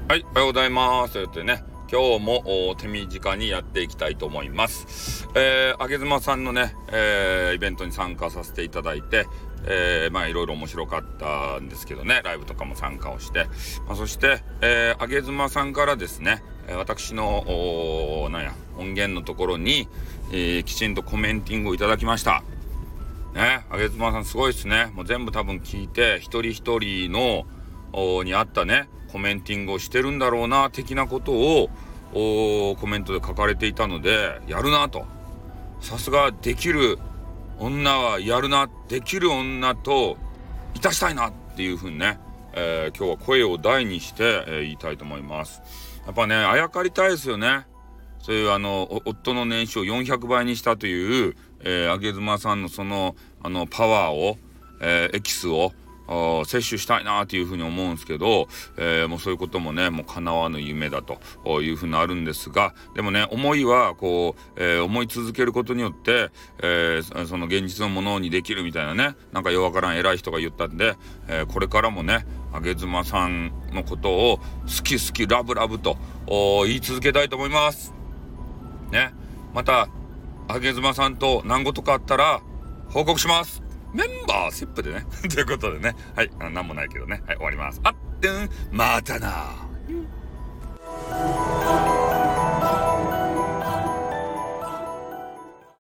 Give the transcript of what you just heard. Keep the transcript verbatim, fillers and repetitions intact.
はい、おはようございます。ということでね、今日も手短にやっていきたいと思います。えー、あげずまさんのね、えー、イベントに参加させていただいて、えー、まあいろいろ面白かったんですけどね、ライブとかも参加をして、まあ、そして、えー、あげずまさんからですね、私のなんや音源のところに、えー、きちんとコメンティングをいただきました。ね、あげずまさんすごいですね。もう全部多分聞いて、一人一人のにあったねコメンティングをしてるんだろうな的なことをコメントで書かれていたので、やるなと、さすができる女はやるな、できる女といたしたいなっていう風にね、えー、今日は声を大にして、えー、言いたいと思います。やっぱね、あやかりたいですよね。そういうあの夫の年収をよんひゃくばいにしたという、えー、あげずまさんのそのあのパワーを、えー、エキスを摂取したいなというふうに思うんですけど、えー、もうそういうこともねもう叶わぬ夢だというふうになるんですが、でもね思いはこう、えー、思い続けることによって、えー、その現実のものにできるみたいなね、なんかよわからん偉い人が言ったんで、えー、これからもねあげずまさんのことを好き好きラブラブと言い続けたいと思いますね。またあげずまさんと何事かあったら報告します。メンバーシップでねということでね、はい、なんもないけどね、はい、終わります。あってん、またな。